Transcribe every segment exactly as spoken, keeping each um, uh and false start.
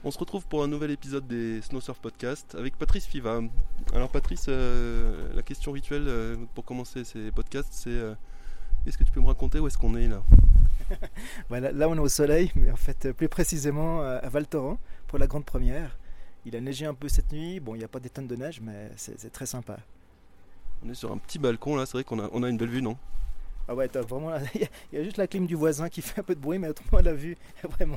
On se retrouve pour un nouvel épisode des Snow Surf Podcast avec Patrice Fiva. Alors Patrice, euh, la question rituelle euh, pour commencer ces podcasts, c'est euh, est-ce que tu peux me raconter où est-ce qu'on est là? Voilà, là on est au soleil, mais en fait plus précisément à Val Thorens pour la grande première. Il a neigé un peu cette nuit, bon il n'y a pas des tonnes de neige, mais c'est, c'est très sympa. On est sur un petit balcon là, c'est vrai qu'on a, on a une belle vue, non? Ah ouais, t'as vraiment, il y, y a juste la clim du voisin qui fait un peu de bruit, mais autrement la vue, vraiment.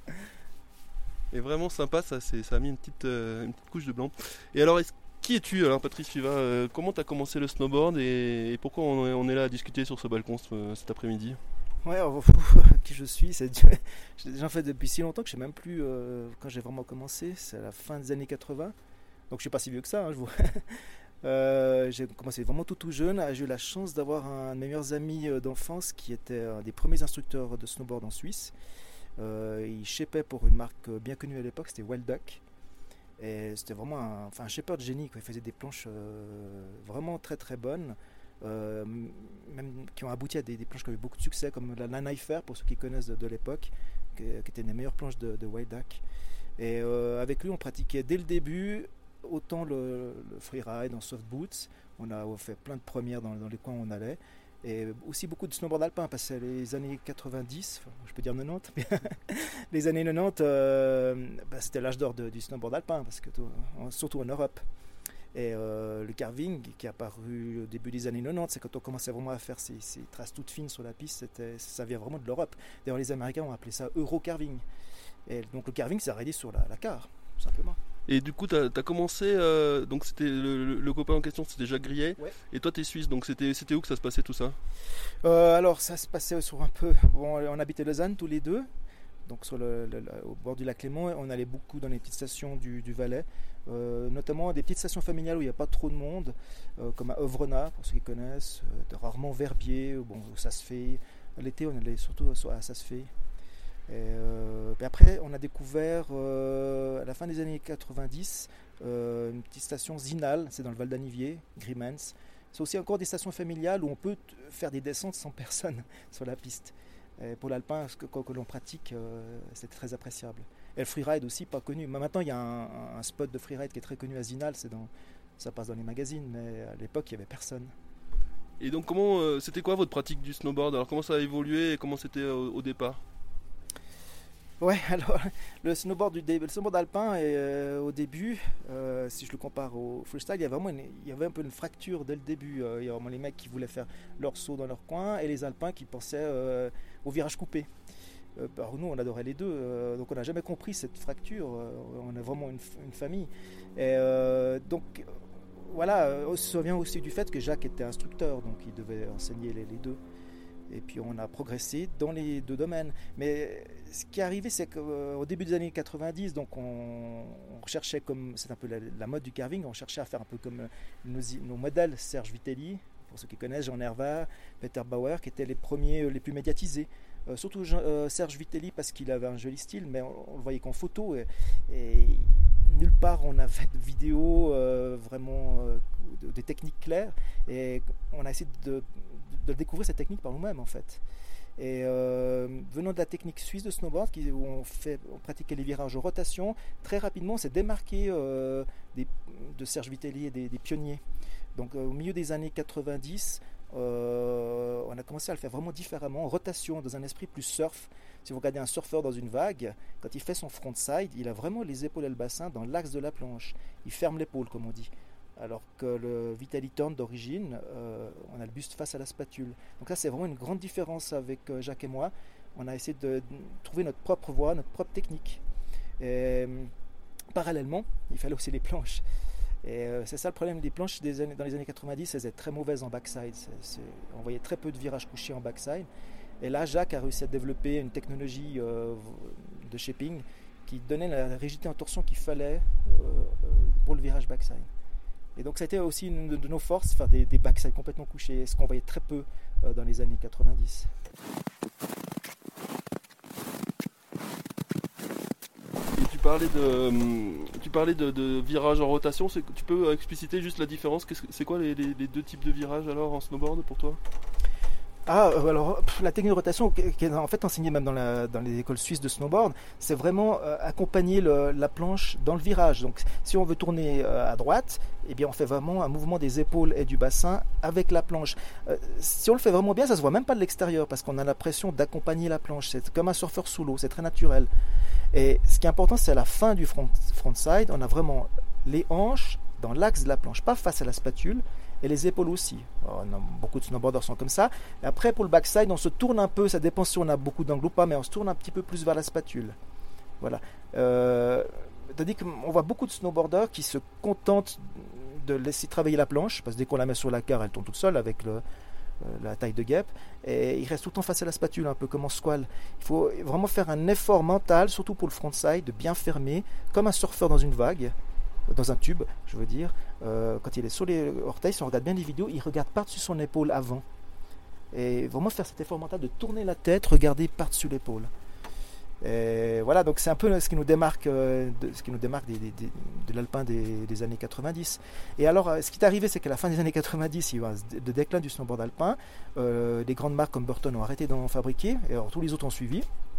Et vraiment sympa, ça, c'est, ça a mis une petite, euh, une petite couche de blanc. Et alors, est-ce, qui es-tu alors Patrice Fiva? euh, Comment tu as commencé le snowboard et, et pourquoi on est, on est là à discuter sur ce balcon ce, cet après-midi? Ouais, alors, qui je suis, c'est, j'en fais depuis si longtemps que je ne sais même plus euh, quand j'ai vraiment commencé, c'est à la fin des années quatre-vingts, donc je ne suis pas si vieux que ça, hein, je vous... Euh, j'ai commencé vraiment tout tout jeune. J'ai eu la chance d'avoir un de mes meilleurs amis d'enfance qui était un des premiers instructeurs de snowboard en Suisse. Euh, il shapait pour une marque bien connue à l'époque, c'était Wild Duck. Et c'était vraiment un, enfin, un shaper de génie, quoi. Il faisait des planches euh, vraiment très très bonnes, euh, même qui ont abouti à des, des planches qui ont eu beaucoup de succès, comme la Nine Fair pour ceux qui connaissent de, de l'époque, qui, qui étaient les meilleures planches de, de Wild Duck. Et euh, avec lui, on pratiquait dès le début autant le, le freeride en soft boots, on a fait plein de premières dans, dans les coins où on allait, et aussi beaucoup de snowboard alpin, parce que les années quatre-vingt-dix, enfin, je peux dire quatre-vingt-dix, mais les années quatre-vingt-dix, euh, bah, c'était l'âge d'or de, du snowboard alpin, parce que tout, surtout en Europe. Et euh, le carving qui est apparu au début des années quatre-vingt-dix, c'est quand on commençait vraiment à faire ces, ces traces toutes fines sur la piste, c'était, ça vient vraiment de l'Europe. D'ailleurs, les Américains ont appelé ça Euro-carving. Et donc le carving, c'est arrêté sur la, la car, tout simplement. Et du coup, tu as commencé, euh, donc c'était le, le, le copain en question, c'était Jacques Grillet, ouais. Et toi, tu es suisse, donc c'était, c'était où que ça se passait tout ça? euh, Alors, ça se passait sur un peu. Bon, on habitait Lausanne tous les deux, donc sur le, le, le, au bord du lac Léman, on allait beaucoup dans les petites stations du, du Valais, euh, notamment des petites stations familiales où il n'y a pas trop de monde, euh, comme à Œuvrenat, pour ceux qui connaissent, euh, rarement Verbier, bon, ça se fait. L'été, on allait surtout à ça se fait. Et, euh, et après, on a découvert euh, à la fin des années quatre-vingt-dix euh, une petite station Zinal, c'est dans le Val d'Anivier, Grimmens. C'est aussi encore des stations familiales où on peut t- faire des descentes sans personne sur la piste. Et pour l'alpin, ce que, que l'on pratique, euh, c'est très appréciable. Et le freeride aussi, pas connu. Mais maintenant, il y a un, un spot de freeride qui est très connu à Zinal, c'est dans, ça passe dans les magazines, mais à l'époque, il n'y avait personne. Et donc, comment, euh, c'était quoi votre pratique du snowboard? Alors, comment ça a évolué et comment c'était euh, au départ? Ouais, alors le snowboard, du dé- le snowboard alpin, est, euh, au début, euh, si je le compare au freestyle, il y avait vraiment une, il y avait un peu une fracture dès le début. Euh, il y a vraiment les mecs qui voulaient faire leur saut dans leur coin et les alpins qui pensaient euh, au virage coupé. Euh, alors nous, on adorait les deux, euh, donc on n'a jamais compris cette fracture. Euh, on est vraiment une, une famille. Et euh, donc voilà, on se souvient aussi du fait que Jacques était instructeur, donc il devait enseigner les, les deux. Et puis on a progressé dans les deux domaines. Mais ce qui est arrivé, c'est qu'au euh, début des années quatre-vingt-dix, donc on, on recherchait comme, c'est un peu la, la mode du carving, on cherchait à faire un peu comme nos, nos modèles Serge Vitelli, pour ceux qui connaissent, Jean Nerva, Peter Bauer, qui étaient les premiers, les plus médiatisés. Euh, surtout Jean, euh, Serge Vitelli parce qu'il avait un joli style, mais on, on le voyait qu'en photo. Et, et nulle part on avait de vidéos euh, vraiment euh, de, des techniques claires. Et on a essayé de de découvrir cette technique par nous-mêmes en fait. Et euh, venant de la technique suisse de snowboard qui, où on, fait, on pratiquait les virages en rotation, très rapidement on s'est démarqué euh, des, de Serge Vitelli et des, des pionniers. Donc euh, au milieu des années quatre-vingt-dix, euh, on a commencé à le faire vraiment différemment, en rotation, dans un esprit plus surf. Si vous regardez un surfeur dans une vague, quand il fait son frontside, il a vraiment les épaules et le bassin dans l'axe de la planche. Il ferme l'épaule comme on dit. Alors que le Vitelli Turn d'origine, euh, on a le buste face à la spatule. Donc là, c'est vraiment une grande différence avec euh, Jacques et moi. On a essayé de, de trouver notre propre voie, notre propre technique. Et, parallèlement, il fallait aussi les planches. Et euh, c'est ça le problème des planches des années, dans les années quatre-vingt-dix, elles étaient très mauvaises en backside. C'est, c'est, on voyait très peu de virages couchés en backside. Et là, Jacques a réussi à développer une technologie euh, de shaping qui donnait la rigidité en torsion qu'il fallait euh, pour le virage backside. Et donc ça a été aussi une de nos forces, faire des, des backsides complètement couchés, ce qu'on voyait très peu euh, dans les années quatre-vingt-dix. Et tu parlais de, tu parlais de, de virage en rotation, c'est, tu peux expliciter juste la différence? Qu'est-ce que, c'est quoi les, les, les deux types de virages alors en snowboard pour toi? Ah, euh, alors pff, la technique de rotation, qui qui est en fait enseignée même dans, la- dans les écoles suisses de snowboard, c'est vraiment euh, accompagner le- la planche dans le virage. Donc, si on veut tourner euh, à droite, eh bien, on fait vraiment un mouvement des épaules et du bassin avec la planche. Euh, si on le fait vraiment bien, ça se voit même pas de l'extérieur parce qu'on a l'impression d'accompagner la planche. C'est comme un surfeur sous l'eau, c'est très naturel. Et ce qui est important, c'est à la fin du front, frontside, on a vraiment les hanches dans l'axe de la planche, pas face à la spatule, et les épaules aussi. Alors, on a- beaucoup de snowboarders sont comme ça. Et après, pour le backside, on se tourne un peu, ça dépend si on a beaucoup d'angle ou pas, mais on se tourne un petit peu plus vers la spatule. Voilà. Euh, Tandis qu'on voit beaucoup de snowboarders qui se contentent de laisser travailler la planche, parce que dès qu'on la met sur la carre, elle tombe toute seule avec le, euh, la taille de guêpe, et il reste tout le temps face à la spatule, un peu comme en squall. Il faut vraiment faire un effort mental, surtout pour le frontside, de bien fermer, comme un surfeur dans une vague, dans un tube, je veux dire. Euh, quand il est sur les orteils, si on regarde bien les vidéos, il regarde par-dessus son épaule avant. Et vraiment faire cet effort mental de tourner la tête, regarder par-dessus l'épaule. Et voilà, donc c'est un peu ce qui nous démarque, euh, de, ce qui nous démarque des, des, des, de l'alpin des, des années quatre-vingt-dix. Et alors, euh, ce qui est arrivé, c'est qu'à la fin des années quatre-vingt-dix, il y a eu un de déclin du snowboard alpin. Euh, des grandes marques comme Burton ont arrêté d'en fabriquer, et alors tous les autres ont suivi.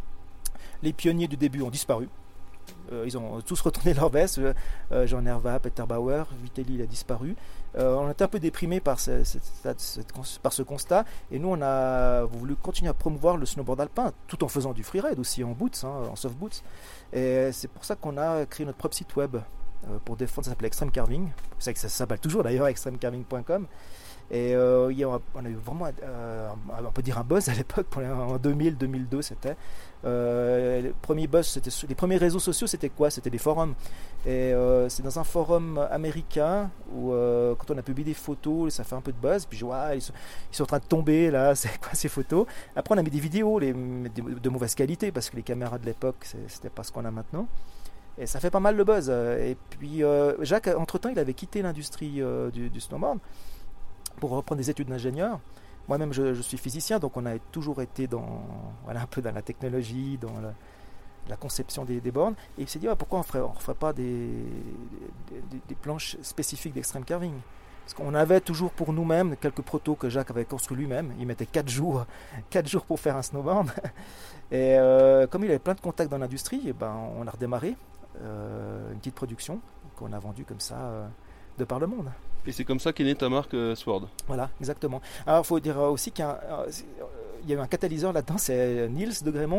Les pionniers du début ont disparu. Euh, ils ont tous retourné leur veste. Euh, Jean Nerva, Peter Bauer, Vitelli il a disparu. Euh, on était un peu déprimé par ce, ce, ce, par ce constat, et nous on a voulu continuer à promouvoir le snowboard alpin tout en faisant du freeride aussi en boots, hein, en soft boots. Et c'est pour ça qu'on a créé notre propre site web euh, pour défendre. Ça s'appelle Extreme Carving. C'est vrai que ça s'appelle toujours d'ailleurs extreme carving point com. Et euh, on a eu vraiment, euh, on peut dire un buzz à l'époque, en deux mille, deux mille deux c'était. Euh, les premiers buzz, c'était les premiers réseaux sociaux, c'était quoi? C'était des forums. Et euh, c'est dans un forum américain où euh, quand on a publié des photos, ça fait un peu de buzz. Puis je vois, ah, ils, sont, ils sont en train de tomber là, c'est quoi ces photos? Après on a mis des vidéos les, de mauvaise qualité parce que les caméras de l'époque, c'était pas ce qu'on a maintenant. Et ça fait pas mal de buzz. Et puis euh, Jacques, entre-temps, il avait quitté l'industrie euh, du, du snowboard pour reprendre des études d'ingénieur. Moi-même, je, je suis physicien, donc on a toujours été dans, voilà, un peu dans la technologie, dans la, la conception des, des bornes. Et il s'est dit, ah, pourquoi on ne ferait, on ferait pas des, des, des planches spécifiques d'extreme carving? Parce qu'on avait toujours pour nous-mêmes quelques protos que Jacques avait construits lui-même. Il mettait quatre jours, quatre jours pour faire un snowboard. Et euh, comme il avait plein de contacts dans l'industrie, et ben, on a redémarré euh, une petite production qu'on a vendue comme ça euh, de par le monde. Et c'est comme ça qu'est née ta marque euh, Sword. Voilà, exactement. Alors, il faut dire aussi qu'il y a, un, il y a eu un catalyseur là-dedans, c'est Niels de Grémont,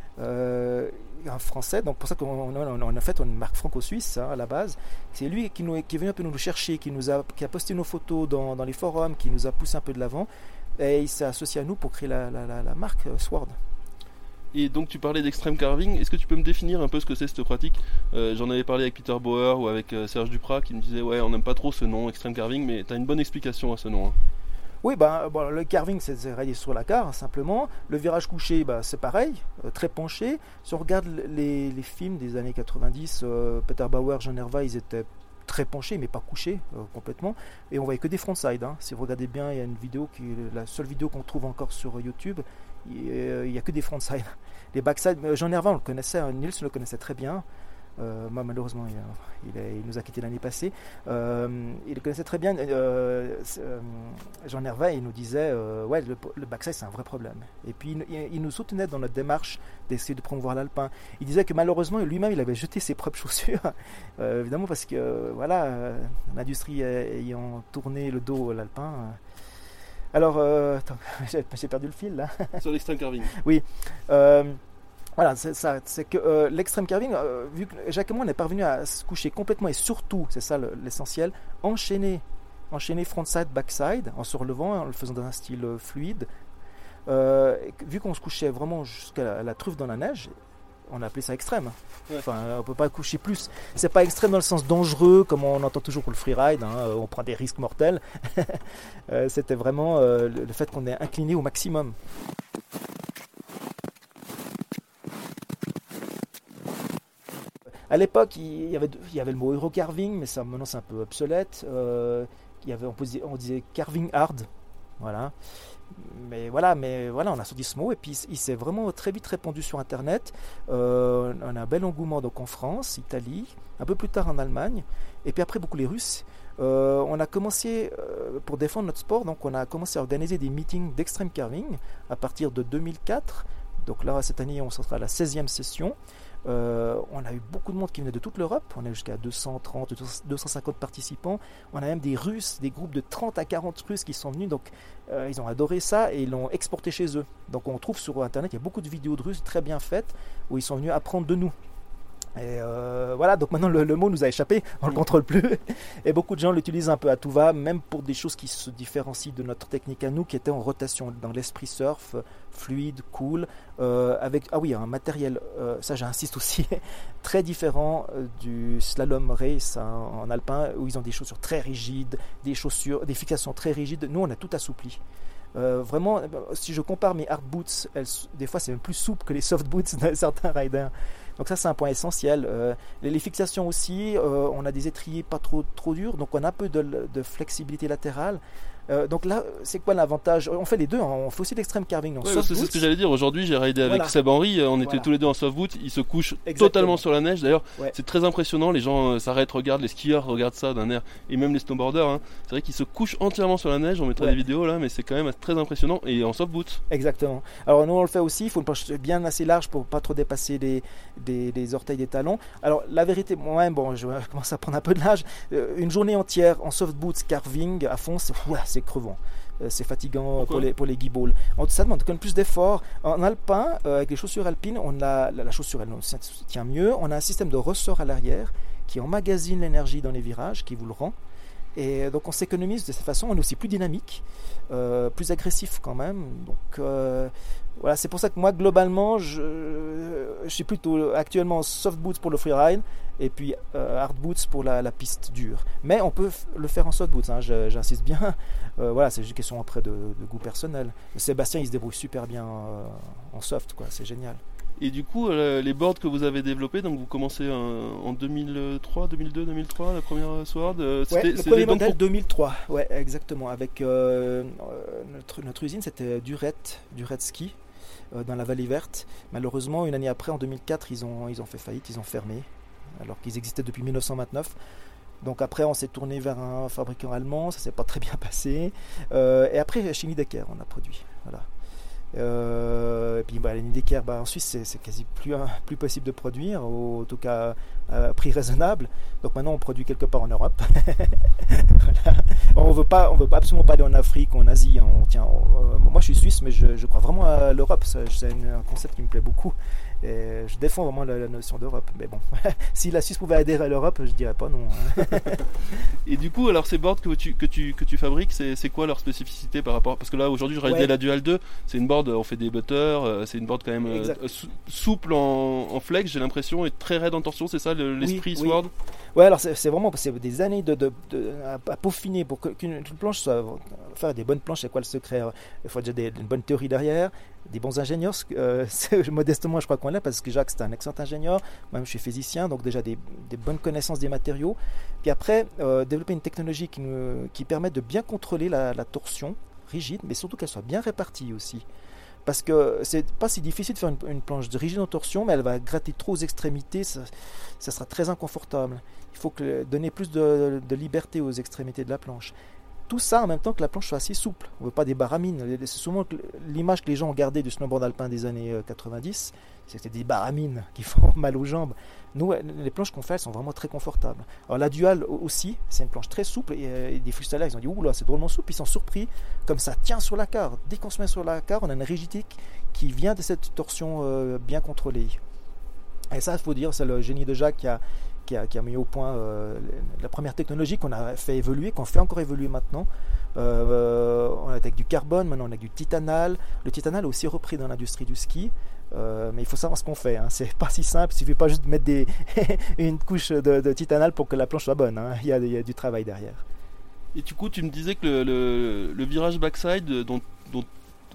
euh, un Français. Donc pour ça qu'on on, on a fait une marque franco-suisse hein, à la base. C'est lui qui, nous, qui est venu un peu nous chercher, qui, nous a, qui a posté nos photos dans, dans les forums, qui nous a poussé un peu de l'avant. Et il s'est associé à nous pour créer la, la, la, la marque Sword. Et donc tu parlais d'extreme carving, est-ce que tu peux me définir un peu ce que c'est cette pratique? euh, J'en avais parlé avec Peter Bauer ou avec euh, Serge Duprat qui me disait ouais on n'aime pas trop ce nom extreme carving, mais tu as une bonne explication à ce nom. Hein. Oui, ben, bon, le carving c'est rayé sur la carre simplement. Le virage couché ben, c'est pareil, euh, très penché. Si on regarde les, les films des années quatre-vingt-dix, euh, Peter Bauer, Jean Nerva, ils étaient très penchés mais pas couchés euh, complètement. Et on voyait que des frontside. Hein. Si vous regardez bien, il y a une vidéo, qui, la seule vidéo qu'on trouve encore sur YouTube. Il n'y a que des frontside. Les backside, Jean Nerva, on le connaissait, hein, Niels le connaissait très bien. Euh, moi, malheureusement, il, il, a, il nous a quittés l'année passée. Euh, il le connaissait très bien. Euh, euh, Jean Nerva, il nous disait euh, ouais, le, le backside, c'est un vrai problème. Et puis, il, il nous soutenait dans notre démarche d'essayer de promouvoir l'alpin. Il disait que malheureusement, lui-même, il avait jeté ses propres chaussures. Euh, évidemment, parce que euh, voilà, euh, l'industrie ayant tourné le dos à l'alpin. Euh, Alors, euh, attends, j'ai perdu le fil là. Sur l'extreme carving. Oui. Euh, voilà, c'est ça. C'est que euh, l'extreme carving, euh, vu que Jacques et moi on est parvenu à se coucher complètement et surtout, c'est ça le, l'essentiel, enchaîner, enchaîner frontside, backside, en se relevant, en le faisant dans un style euh, fluide. Euh, vu qu'on se couchait vraiment jusqu'à la, la truffe dans la neige. On a appelé ça extrême. Ouais. Enfin, on peut pas coucher plus. C'est pas extrême dans le sens dangereux, comme on entend toujours pour le freeride. Hein, on prend des risques mortels. euh, c'était vraiment euh, le fait qu'on est incliné au maximum. À l'époque, il y avait, il y avait le mot Eurocarving, mais ça maintenant c'est un peu obsolète. Euh, il y avait, on, posait, on disait carving hard. Voilà. Mais voilà, mais voilà, on a sorti ce mot et puis il s'est vraiment très vite répandu sur Internet. Euh, on a un bel engouement donc en France, Italie, un peu plus tard en Allemagne, et puis après beaucoup les Russes. Euh, on a commencé, euh, pour défendre notre sport, donc on a commencé à organiser des meetings d'extreme carving à partir de deux mille quatre. Donc là, cette année, on sera à la seizième session. Euh, on a eu beaucoup de monde qui venait de toute l'Europe. On est jusqu'à deux cent trente, deux cent cinquante participants. On a même des Russes, des groupes de trente à quarante Russes qui sont venus. Donc, euh, ils ont adoré ça et ils l'ont exporté chez eux. Donc, on trouve sur Internet, il y a beaucoup de vidéos de Russes très bien faites où ils sont venus apprendre de nous. Et euh, voilà, donc maintenant le, le mot nous a échappé, on ne le contrôle plus. Et beaucoup de gens l'utilisent un peu à tout va, même pour des choses qui se différencient de notre technique à nous, qui était en rotation, dans l'esprit surf, fluide, cool, euh, avec, ah oui, un matériel, euh, ça j'insiste aussi, très différent euh, du slalom race hein, en alpin, où ils ont des chaussures très rigides, des chaussures, des fixations très rigides. Nous, on a tout assoupli. Euh, vraiment, si je compare mes hard boots, elles, des fois c'est même plus souple que les soft boots de certains riders. Donc ça c'est un point essentiel. Euh, les, les fixations aussi, euh, on a des étriers pas trop trop durs, donc on a un peu de, de flexibilité latérale. Euh, donc là, c'est quoi l'avantage? On fait les deux, hein. On fait aussi l'extreme carving. Donc ouais, c'est ce que j'allais dire. Aujourd'hui, j'ai raidé avec voilà. Seb Henry. On était voilà. tous les deux en soft boot. Il se couche Exactement. totalement sur la neige. D'ailleurs, ouais. c'est très impressionnant. Les gens euh, s'arrêtent, regardent, les skieurs regardent ça d'un air, et même les snowboarders. Hein. C'est vrai qu'ils se couchent entièrement sur la neige. On mettra ouais. des vidéos là, mais c'est quand même très impressionnant. Et en soft boot. Exactement. Alors nous, on le fait aussi. Il faut une planche bien assez large pour pas trop dépasser les, les, les orteils des talons. Alors la vérité, moi, bon, je commence à prendre un peu de l'âge. Euh, une journée entière en soft boots carving à fond, c'est, ouais, c'est crevant. C'est fatigant pour les, pour les guibolles. Ça demande quand même plus d'efforts. En alpin, euh, avec les chaussures alpines, on a, la, la chaussure elle se tient mieux. On a un système de ressort à l'arrière qui emmagasine l'énergie dans les virages, qui vous le rend. Et donc on s'économise de cette façon. On est aussi plus dynamique, euh, plus agressif quand même. Donc euh, voilà, c'est pour ça que moi globalement, je, je suis plutôt actuellement soft boots pour le freeride et puis euh, hard boots pour la, la piste dure. Mais on peut le faire en soft boots, hein, j'insiste bien. Euh, voilà, c'est juste une question après de, de goût personnel. Sébastien, il se débrouille super bien euh, en soft, quoi. C'est génial. Et du coup, euh, les boards que vous avez développés, donc vous commencez en, en deux mille trois, deux mille deux, deux mille trois, la première Sword. Euh, ouais, le premier modèle pour... deux mille trois, ouais, exactement. Avec euh, notre, notre usine, c'était Duret, Duret Ski, euh, dans la Vallée Verte. Malheureusement, une année après, en deux mille quatre, ils ont, ils ont fait faillite, ils ont fermé, alors qu'ils existaient depuis mille neuf cent vingt-neuf. Donc après, on s'est tourné vers un fabricant allemand, ça s'est pas très bien passé. Euh, et après, chez Nidecker, on a produit. Voilà. Euh, et puis bah, les Nidecker, bah, en Suisse, c'est, c'est quasi plus, hein, plus possible de produire, ou en tout cas à prix raisonnable. Donc maintenant, on produit quelque part en Europe. Voilà. On veut pas, on veut pas absolument pas aller en Afrique ou en Asie. On tient, on, moi, je suis suisse, mais je, je crois vraiment à l'Europe. Ça, c'est un concept qui me plaît beaucoup. Et je défends vraiment la, la notion d'Europe. Mais bon, si la Suisse pouvait adhérer à l'Europe, je dirais pas non. Et du coup, alors ces boards que tu, que tu, que tu fabriques, c'est, c'est quoi leur spécificité par rapport? Parce que là, aujourd'hui, je réalisais ouais. la Dual deux. C'est une board, on fait des butters. C'est une board quand même euh, souple en, en flex, j'ai l'impression, et très raide en torsion. C'est ça l'esprit oui, Sword? Oui. Ouais, alors c'est, c'est vraiment c'est des années de, de, de, à, à peaufiner pour que, qu'une planche soit. Faire des bonnes planches, c'est quoi le secret? Il faut déjà des, une bonne théorie derrière, des bons ingénieurs. Euh, modestement, je crois qu'on l'a parce que Jacques, c'est un excellent ingénieur. Moi-même, je suis physicien, donc déjà des, des bonnes connaissances des matériaux. Puis après, euh, développer une technologie qui, nous, qui permet de bien contrôler la, la torsion rigide, mais surtout qu'elle soit bien répartie aussi. Parce que c'est pas si difficile de faire une, une planche de rigide en torsion, mais elle va gratter trop aux extrémités, ça, ça sera très inconfortable. Il faut que, donner plus de, de liberté aux extrémités de la planche. Tout ça en même temps que la planche soit assez souple. On ne veut pas des baramines. C'est souvent l'image que les gens ont gardée du snowboard alpin des années quatre-vingt-dix. C'était des baramines qui font mal aux jambes. Nous, les planches qu'on fait, elles sont vraiment très confortables. Alors la Dual aussi, c'est une planche très souple. Et, et des freestylers, ils ont dit, ouh là, c'est drôlement souple. Ils sont surpris, comme ça tient sur la carre. Dès qu'on se met sur la carre, on a une rigidité qui vient de cette torsion euh, bien contrôlée. Et ça, il faut dire, c'est le génie de Jacques qui a, qui a, qui a mis au point euh, la première technologie qu'on a fait évoluer, qu'on fait encore évoluer maintenant. Euh, on est avec du carbone, maintenant on a du titanal. Le titanal est aussi repris dans l'industrie du ski. Euh, mais il faut savoir ce qu'on fait, hein. C'est pas si simple, il suffit pas juste de mettre des une couche de, de titanal pour que la planche soit bonne, hein. il, y a, il y a du travail derrière. Et du coup tu me disais que le, le, le virage backside dont, dont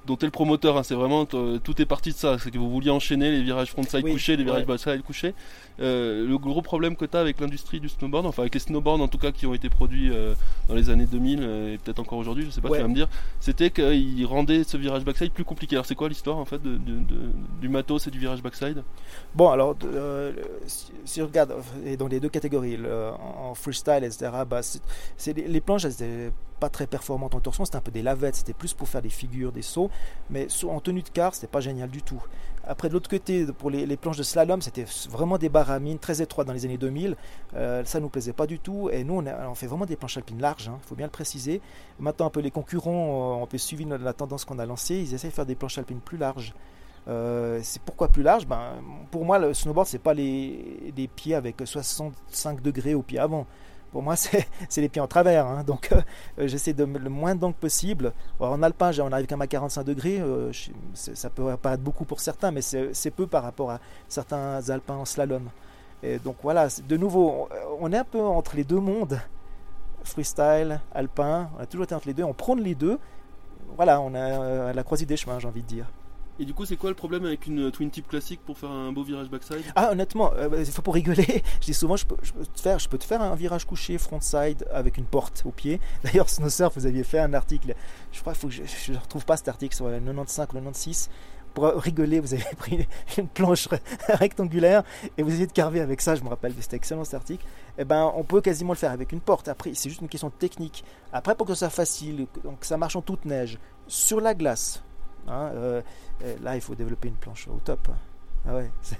dont tu es le promoteur, hein, c'est vraiment t- tout est parti de ça, c'est que vous vouliez enchaîner les virages frontside Oui, couchés, les virages ouais. backside couchés. Euh, le gros problème que tu as avec l'industrie du snowboard, enfin avec les snowboards en tout cas qui ont été produits euh, dans les années deux mille euh, et peut-être encore aujourd'hui, je sais pas, Ouais. tu vas me dire, c'était qu'ils rendaient ce virage backside plus compliqué. Alors c'est quoi l'histoire en fait de, de- de- du matos et du virage backside? Bon, alors, euh, si, si on regarde euh, dans les deux catégories, le- en freestyle, et cetera, bah, c'est, c'est les, les planches, elles étaient pas très performantes en torsion, c'était un peu des lavettes, c'était plus pour faire des figures, des sauts, mais sous- en tenue de car, c'était pas génial du tout. Après, de l'autre côté, pour les, les planches de slalom, c'était vraiment des barres à mine très étroites dans les années deux mille, euh, ça nous plaisait pas du tout, et nous, on, a- on fait vraiment des planches alpines larges, il hein, faut bien le préciser. Maintenant, un peu les concurrents, euh, on peut suivre la tendance qu'on a lancée, ils essayent de faire des planches alpines plus larges. Euh, c'est pourquoi plus large, ben, pour moi le snowboard c'est pas les, les pieds avec soixante-cinq degrés au pied avant. Pour moi c'est, c'est les pieds en travers, hein. Donc euh, j'essaie de mettre le moins d'angle possible. Alors, en alpin on arrive quand même à quarante-cinq degrés, euh, je, ça peut paraître beaucoup pour certains, mais c'est, c'est peu par rapport à certains alpins en slalom. Et donc voilà, de nouveau on est un peu entre les deux mondes, freestyle, alpin, on a toujours été entre les deux, on prône les deux. Voilà, on est à la croisée des chemins, j'ai envie de dire. Et du coup, c'est quoi le problème avec une twin tip classique pour faire un beau virage backside? Ah, honnêtement, il euh, faut pour rigoler. Je dis souvent, je peux, je peux te faire, je peux te faire un virage couché frontside avec une porte au pied. D'ailleurs, Snowsurf, vous aviez fait un article. Je crois qu'il faut que je ne retrouve pas cet article sur le quatre-vingt-quinze ou le quatre-vingt-seize. Pour rigoler, vous avez pris une planche rectangulaire et vous essayez de carver avec ça. Je me rappelle, c'était excellent cet article. Eh ben, on peut quasiment le faire avec une porte. Après, c'est juste une question de technique. Après, pour que ça soit facile, donc ça marche en toute neige, sur la glace. Hein, euh, là, il faut développer une planche au top. Ah ouais, c'est...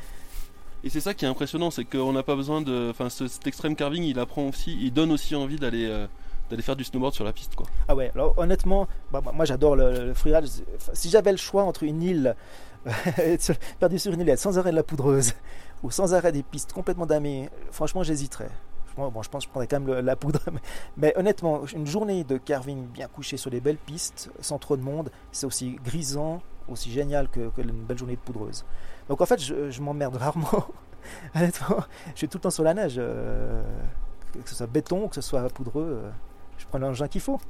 Et c'est ça qui est impressionnant, c'est qu'on n'a pas besoin de. Enfin, ce, cet extreme carving, il apprend aussi, il donne aussi envie d'aller, euh, d'aller faire du snowboard sur la piste, quoi. Ah ouais. Alors honnêtement, bah, moi j'adore le, le freeride. Si j'avais le choix entre une île, perdu sur une île sans arrêt de la poudreuse ou sans arrêt des pistes complètement damées, franchement, j'hésiterais. Bon, je pense que je prendrais quand même le, la poudre, mais, mais honnêtement, une journée de carving bien couchée sur les belles pistes, sans trop de monde, c'est aussi grisant, aussi génial que, que une belle journée de poudreuse. Donc en fait, je, je m'emmerde rarement. Honnêtement, je suis tout le temps sur la neige, euh, que ce soit béton, que ce soit poudreux, euh, je prends l'engin qu'il faut.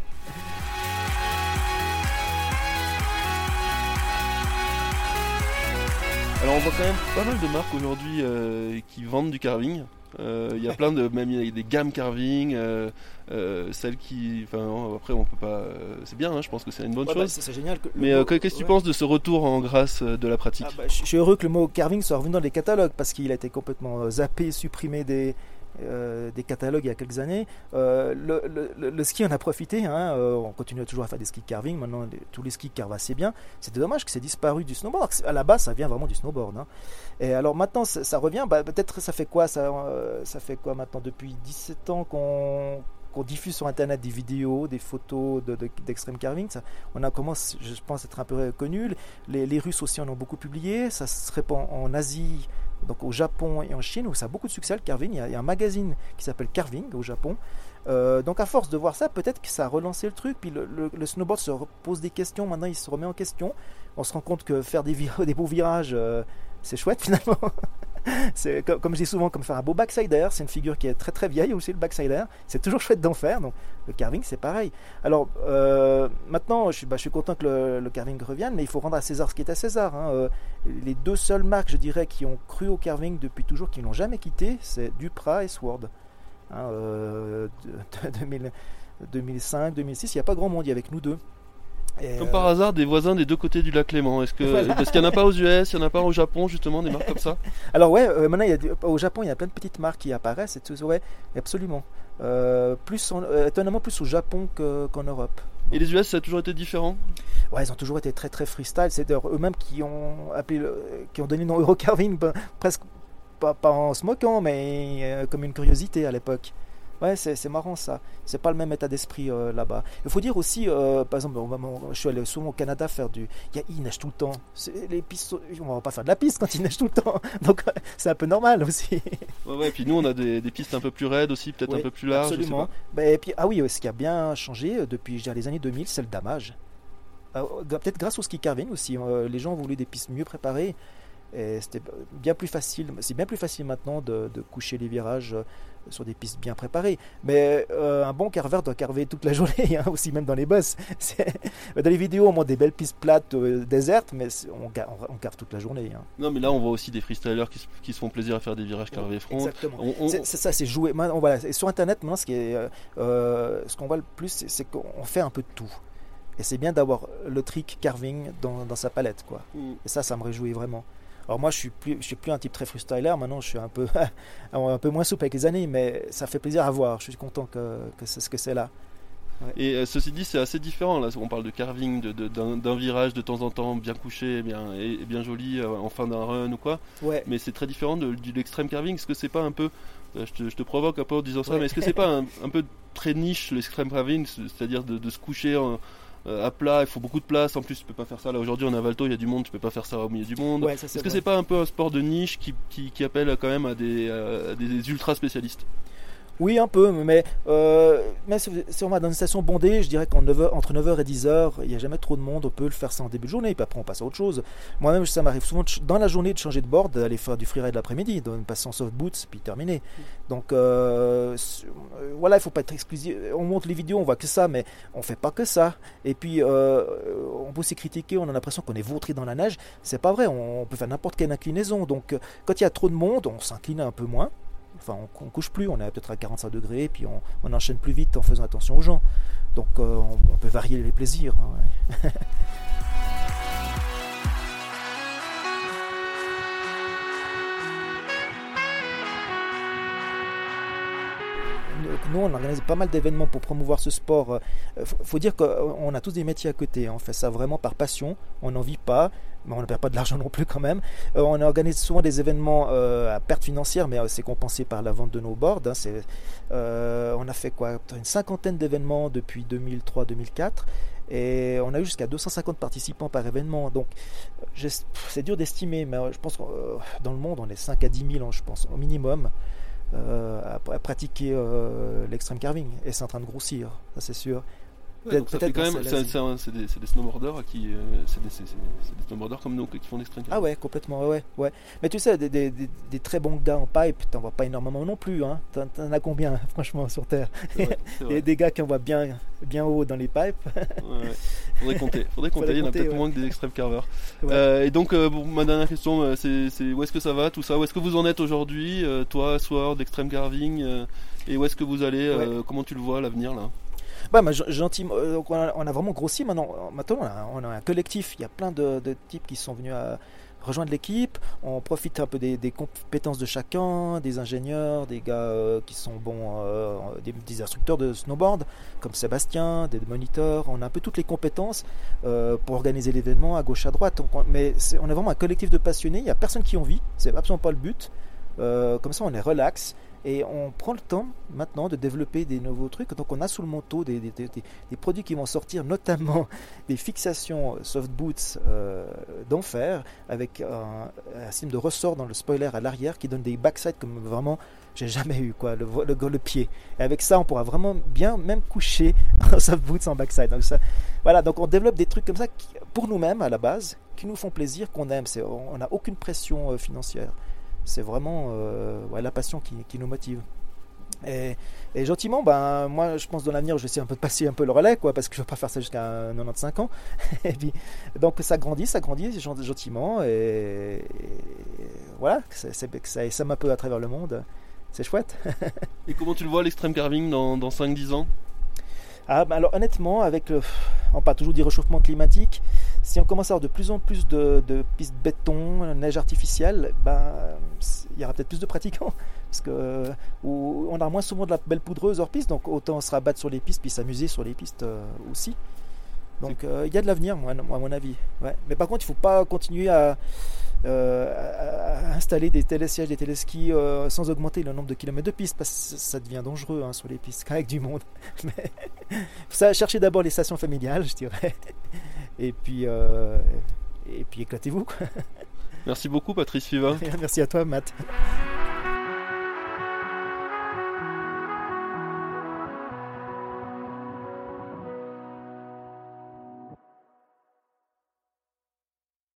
Alors on voit quand même pas mal de marques aujourd'hui euh, qui vendent du carving. Il euh, y a plein de, même il y a des gammes carving, euh, euh, celles qui, enfin après on peut pas, euh, c'est bien, hein, je pense que c'est une bonne Ouais, chose. bah, c'est, c'est génial. Que Mais mot, euh, qu'est-ce que tu ouais. penses de ce retour en grâce de la pratique? Ah bah, je suis heureux que le mot carving soit revenu dans les catalogues parce qu'il a été complètement zappé, supprimé des, euh, des catalogues il y a quelques années. Euh, le, le, le ski en a profité, hein, euh, on continue toujours à faire des skis de carving, maintenant les, tous les skis carvent assez bien. C'était dommage que c'est disparu du snowboard, à la base ça vient vraiment du snowboard. Hein. Et alors maintenant ça, ça revient, bah, peut-être ça fait quoi ça, euh, ça fait quoi maintenant depuis dix-sept ans qu'on... qu'on diffuse sur internet des vidéos, des photos de, de, d'extreme carving, ça, on a commencé, je pense, à être un peu connu. Les, les Russes aussi en ont beaucoup publié. Ça se répand en Asie, donc au Japon et en Chine, où ça a beaucoup de succès le carving. Il y a, il y a un magazine qui s'appelle Carving au Japon. Euh, donc à force de voir ça, peut-être que ça a relancé le truc. Puis le, le, le snowboard se pose des questions. Maintenant, il se remet en question. On se rend compte que faire des, vir- des beaux virages, euh, c'est chouette finalement. C'est, comme, comme je dis souvent, comme faire un beau backsider, c'est une figure qui est très très vieille aussi, le backsider. C'est toujours chouette d'en faire, donc le carving c'est pareil. Alors euh, maintenant, je suis, bah, je suis content que le, le carving revienne, mais il faut rendre à César ce qui est à César. Hein. Euh, les deux seules marques, je dirais, qui ont cru au carving depuis toujours, qui ne l'ont jamais quitté, c'est Duprat et Sword. Hein, euh, de, de, deux mille, deux mille cinq, deux mille six, il n'y a pas grand monde, il y a avec nous deux. Et comme euh... par hasard, des voisins des deux côtés du lac Léman. Est-ce que voilà. Parce qu'il n'y en a pas aux U S, il n'y en a pas au Japon justement, des marques comme ça? Alors ouais, euh, maintenant il y a, au Japon il y a plein de petites marques qui apparaissent. Et tout, ouais, absolument. Euh, plus en, euh, étonnamment plus au Japon que, qu'en Europe. Et les U S, ça a toujours été différent? Ouais, ils ont toujours été très très freestyle. C'est d'ailleurs eux-mêmes qui ont appelé, le, qui ont donné le nom Eurocarving, ben, presque pas, pas en se moquant, mais euh, comme une curiosité à l'époque. Ouais, c'est, c'est marrant ça. C'est pas le même état d'esprit euh, là-bas. Il faut dire aussi, euh, par exemple, on va, on, je suis allé souvent au Canada faire du. Il, y a, il neige tout le temps. C'est, les pistes, on va pas faire de la piste quand il neige tout le temps. Donc c'est un peu normal aussi. Ouais, ouais. Et puis nous, on a des, des pistes un peu plus raides aussi, peut-être oui, un peu plus larges. Absolument. Bah, et puis ah oui, ce qui a bien changé depuis, je dirais, les années deux mille, c'est le damage. Euh, peut-être grâce au ski carving aussi. Euh, les gens voulaient des pistes mieux préparées. Et c'était bien plus facile, c'est bien plus facile maintenant de, de coucher les virages sur des pistes bien préparées. Mais euh, un bon carveur doit carver toute la journée, hein, aussi même dans les bosses. C'est... Dans les vidéos, on montre des belles pistes plates, euh, désertes, mais on, on, on carve toute la journée. Hein. Non, mais là, on voit aussi des freestylers qui, qui se font plaisir à faire des virages carvés front. Exactement. On, on... C'est, c'est ça, c'est jouer. On, voilà. Et sur Internet, maintenant, ce, qui est, euh, ce qu'on voit le plus, c'est, c'est qu'on fait un peu de tout. Et c'est bien d'avoir le trick carving dans, dans sa palette, quoi. Mm. Et ça, ça me réjouit vraiment. Alors moi, je suis plus, je suis plus un type très freestyler. Maintenant, je suis un peu, un peu moins souple avec les années, mais ça fait plaisir à voir. Je suis content que, que c'est ce que c'est là. Ouais. Et euh, ceci dit, c'est assez différent. Là, on parle de carving, de, de, d'un, d'un virage de temps en temps bien couché, bien, et, et bien joli euh, en fin d'un run ou quoi. Ouais. Mais c'est très différent de, de l'extreme carving. Est-ce que c'est pas un peu, euh, je, te, je te provoque un peu en disant ça, ouais. mais est-ce que c'est pas un, un peu très niche l'extreme carving, c'est-à-dire de, de se coucher en, à plat, il faut beaucoup de place, en plus tu peux pas faire ça là aujourd'hui en Avalto, il y a du monde, tu peux pas faire ça au milieu du monde. Ouais, ça, Est-ce que vrai. c'est pas un peu un sport de niche qui, qui, qui appelle quand même à des, à des ultra spécialistes? Oui, un peu, mais, euh, mais si on va dans une station bondée, je dirais qu'entre neuf heures et dix heures, il n'y a jamais trop de monde, on peut le faire ça en début de journée, puis après on passe à autre chose. Moi-même, ça m'arrive souvent de, dans la journée de changer de board, d'aller faire du freeride l'après-midi, de passer en soft boots, puis terminer. Donc euh, voilà, il ne faut pas être exclusif. On montre les vidéos, on voit que ça, mais on ne fait pas que ça. Et puis, euh, on peut aussi critiquer, on a l'impression qu'on est vautré dans la neige. C'est pas vrai, on, on peut faire n'importe quelle inclinaison. Donc quand il y a trop de monde, on s'incline un peu moins. Enfin, on ne couche plus, on est peut-être à quarante-cinq degrés, puis on, on enchaîne plus vite en faisant attention aux gens. Donc euh, on, on peut varier les plaisirs. Hein, ouais. Nous, on organise pas mal d'événements pour promouvoir ce sport. Il faut, faut dire qu'on a tous des métiers à côté. On fait ça vraiment par passion. On n'en vit pas, mais on ne perd pas de l'argent non plus quand même. Euh, on organise souvent des événements euh, à perte financière, mais euh, c'est compensé par la vente de nos boards. Hein. C'est, euh, on a fait quoi, une cinquantaine d'événements depuis deux mille trois deux mille quatre. Et on a eu jusqu'à deux cent cinquante participants par événement. Donc c'est dur d'estimer, mais je pense que euh, dans le monde, on est cinq à dix mille, je pense, au minimum. Euh, à, à pratiquer euh, l'extreme carving, et c'est en train de grossir, ça c'est sûr. Ouais, peut-être, peut-être quand même, c'est, c'est, un, c'est, des, c'est des snowboarders qui, euh, c'est, des, c'est, c'est des snowboarders comme nous qui font l'extreme carving. Ah ouais, complètement, ouais, ouais. Mais tu sais, des, des, des, des très bons gars en pipe, t'en vois pas énormément non plus, hein. T'en, t'en as combien, franchement, sur Terre? C'est vrai, c'est vrai. des, des gars qui envoient bien, bien haut dans les pipes. Ouais, ouais. Faudrait compter, faudrait compter. Faudrait il y en a compter, peut-être ouais. moins que des extreme carvers. Ouais. Euh, et donc, euh, bon, ma dernière question, c'est, c'est où est-ce que ça va, tout ça? Où est-ce que vous en êtes aujourd'hui, euh, toi, Sword, extreme carving, euh, et où est-ce que vous allez? Ouais. euh, Comment tu le vois, l'avenir là? Bah, bah, gentiment, donc on, a, on a vraiment grossi maintenant. Maintenant, on a, on a un collectif. Il y a plein de, de types qui sont venus à rejoindre l'équipe. On profite un peu des, des compétences de chacun, des ingénieurs, des gars euh, qui sont bons, euh, des, des instructeurs de snowboard, comme Sébastien, des moniteurs. On a un peu toutes les compétences euh, pour organiser l'événement à gauche, à droite. Donc, on, mais c'est, on est vraiment un collectif de passionnés. Il n'y a personne qui en vit. C'est absolument pas le but. Euh, comme ça, on est relax. Et on prend le temps maintenant de développer des nouveaux trucs. Donc on a sous le manteau des, des, des, des produits qui vont sortir, notamment des fixations soft boots euh, d'enfer avec un, un système de ressort dans le spoiler à l'arrière qui donne des backsides comme vraiment j'ai jamais eu, quoi, le, le, le pied. Et avec ça, on pourra vraiment bien même coucher en soft boots en backside. Donc ça, voilà, donc on développe des trucs comme ça qui, pour nous-mêmes à la base, qui nous font plaisir, qu'on aime. C'est, on n'a aucune pression euh, financière. C'est vraiment euh, ouais, la passion qui, qui nous motive. Et, et gentiment, ben, moi je pense dans l'avenir je vais essayer un peu de passer un peu le relais, quoi, parce que je ne vais pas faire ça jusqu'à quatre-vingt-quinze ans. Et puis, donc ça grandit, ça grandit gentiment. Et, et voilà, c'est, c'est, ça, ça m'appelle à travers le monde. C'est chouette. Et comment tu le vois l'extreme carving dans, dans cinq dix ans? Ah, ben alors honnêtement, avec le, on parle toujours du réchauffement climatique, si on commence à avoir de plus en plus de, de pistes béton, neige artificielle, ben il y aura peut-être plus de pratiquants parce que où on a moins souvent de la belle poudreuse hors piste, donc autant se rabattre sur les pistes puis s'amuser sur les pistes euh, aussi. Donc il euh, y a de l'avenir, moi, à mon avis. Ouais. Mais par contre, il ne faut pas continuer à, euh, à installer des télésièges, des téléskis euh, sans augmenter le nombre de kilomètres de pistes, parce que ça devient dangereux hein, sur les pistes, avec du monde. Mais ça, cherchez d'abord les stations familiales, je dirais. Et puis, euh, et puis éclatez-vous, quoi. Merci beaucoup, Patrice Fiva. Merci à toi, Matt.